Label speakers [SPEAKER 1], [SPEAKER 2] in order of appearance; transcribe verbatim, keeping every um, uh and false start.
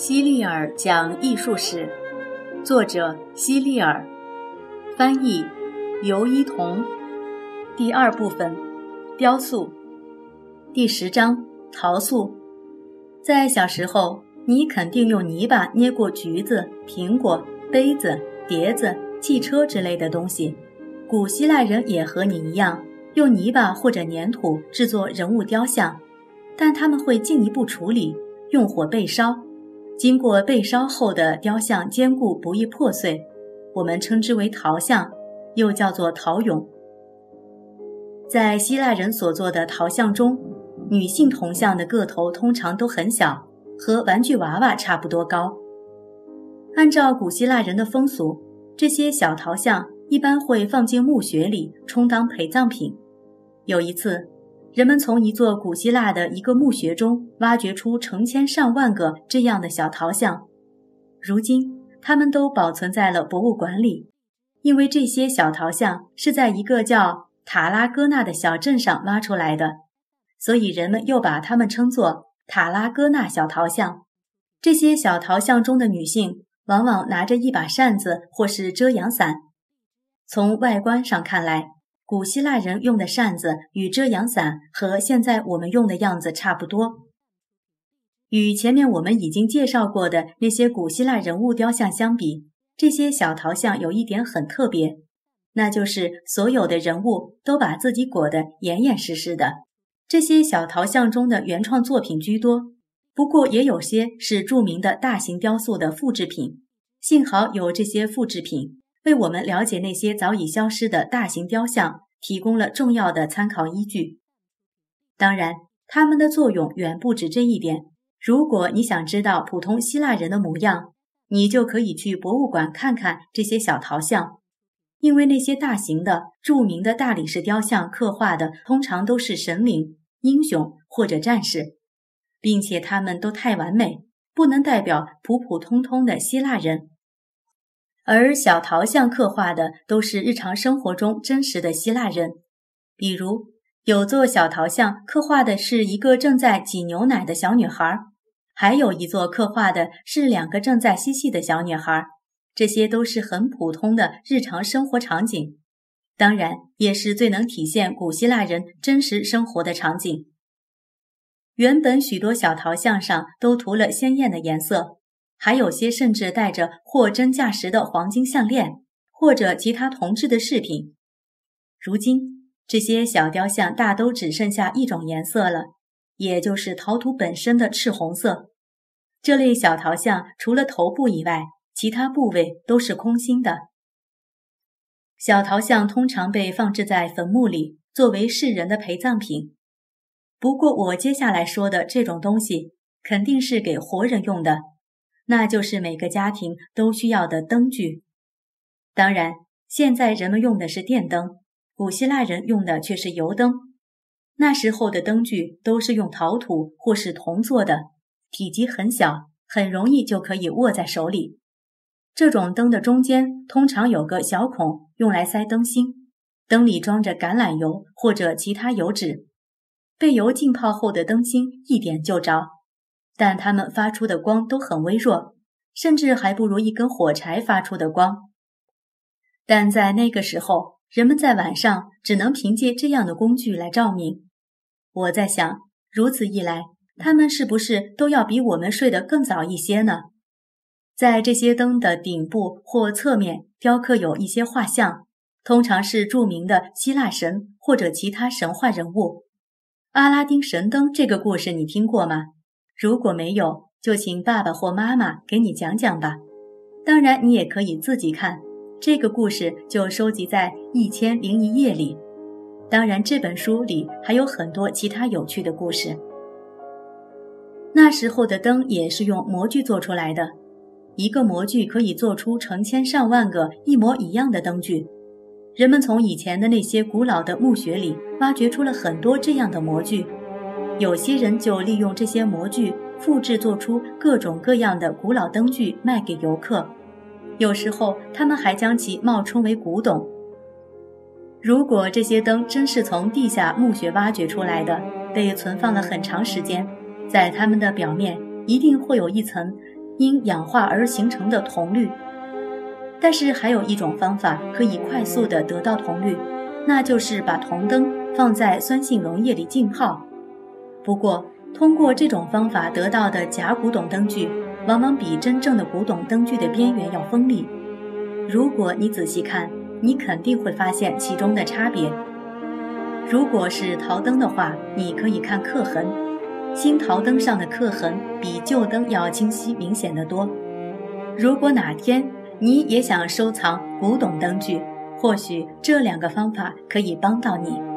[SPEAKER 1] 希利尔讲艺术史，作者希利尔，翻译尤一彤。第二部分，雕塑。第十章，陶塑。在小时候，你肯定用泥巴捏过橘子、苹果、杯子、碟子、汽车之类的东西。古希腊人也和你一样，用泥巴或者粘土制作人物雕像，但他们会进一步处理，用火焙烧。经过焙烧后的雕像坚固不易破碎，我们称之为陶像，又叫做陶俑。在希腊人所做的陶像中，女性铜像的个头通常都很小，和玩具娃娃差不多高。按照古希腊人的风俗，这些小陶像一般会放进墓穴里充当陪葬品。有一次，人们从一座古希腊的一个墓穴中挖掘出成千上万个这样的小陶像，如今它们都保存在了博物馆里。因为这些小陶像是在一个叫塔拉戈纳的小镇上挖出来的，所以人们又把它们称作塔拉戈纳小陶像。这些小陶像中的女性往往拿着一把扇子或是遮阳伞。从外观上看来，古希腊人用的扇子与遮阳伞和现在我们用的样子差不多。与前面我们已经介绍过的那些古希腊人物雕像相比，这些小陶像有一点很特别，那就是所有的人物都把自己裹得严严实实的。这些小陶像中的原创作品居多，不过也有些是著名的大型雕塑的复制品。幸好有这些复制品，为我们了解那些早已消失的大型雕像提供了重要的参考依据。当然，它们的作用远不止这一点。如果你想知道普通希腊人的模样，你就可以去博物馆看看这些小陶像。因为那些大型的、著名的大理石雕像刻画的通常都是神灵、英雄或者战士，并且他们都太完美，不能代表普普通通的希腊人。而小陶像刻画的都是日常生活中真实的希腊人，比如有座小陶像刻画的是一个正在挤牛奶的小女孩，还有一座刻画的是两个正在嬉戏的小女孩。这些都是很普通的日常生活场景，当然也是最能体现古希腊人真实生活的场景。原本许多小陶像上都涂了鲜艳的颜色，还有些甚至带着货真价实的黄金项链或者其他铜制的饰品。如今这些小雕像大都只剩下一种颜色了，也就是陶土本身的赤红色。这类小陶像除了头部以外，其他部位都是空心的。小陶像通常被放置在坟墓里，作为世人的陪葬品。不过我接下来说的这种东西肯定是给活人用的，那就是每个家庭都需要的灯具。当然，现在人们用的是电灯，古希腊人用的却是油灯。那时候的灯具都是用陶土或是铜做的，体积很小，很容易就可以握在手里。这种灯的中间通常有个小孔，用来塞灯芯，灯里装着橄榄油或者其他油脂。被油浸泡后的灯芯一点就着，但它们发出的光都很微弱，甚至还不如一根火柴发出的光。但在那个时候，人们在晚上只能凭借这样的工具来照明。我在想，如此一来，他们是不是都要比我们睡得更早一些呢？在这些灯的顶部或侧面雕刻有一些画像，通常是著名的希腊神或者其他神话人物。阿拉丁神灯这个故事你听过吗？如果没有，就请爸爸或妈妈给你讲讲吧。当然你也可以自己看，这个故事就收集在一千零一夜里。当然这本书里还有很多其他有趣的故事。那时候的灯也是用模具做出来的，一个模具可以做出成千上万个一模一样的灯具。人们从以前的那些古老的墓穴里挖掘出了很多这样的模具，有些人就利用这些模具复制做出各种各样的古老灯具卖给游客，有时候他们还将其冒充为古董。如果这些灯真是从地下墓穴挖掘出来的，被存放了很长时间，在它们的表面一定会有一层因氧化而形成的铜绿。但是还有一种方法可以快速地得到铜绿，那就是把铜灯放在酸性溶液里浸泡。不过通过这种方法得到的假古董灯具往往比真正的古董灯具的边缘要锋利。如果你仔细看，你肯定会发现其中的差别。如果是陶灯的话，你可以看刻痕，新陶灯上的刻痕比旧灯要清晰明显得多。如果哪天你也想收藏古董灯具，或许这两个方法可以帮到你。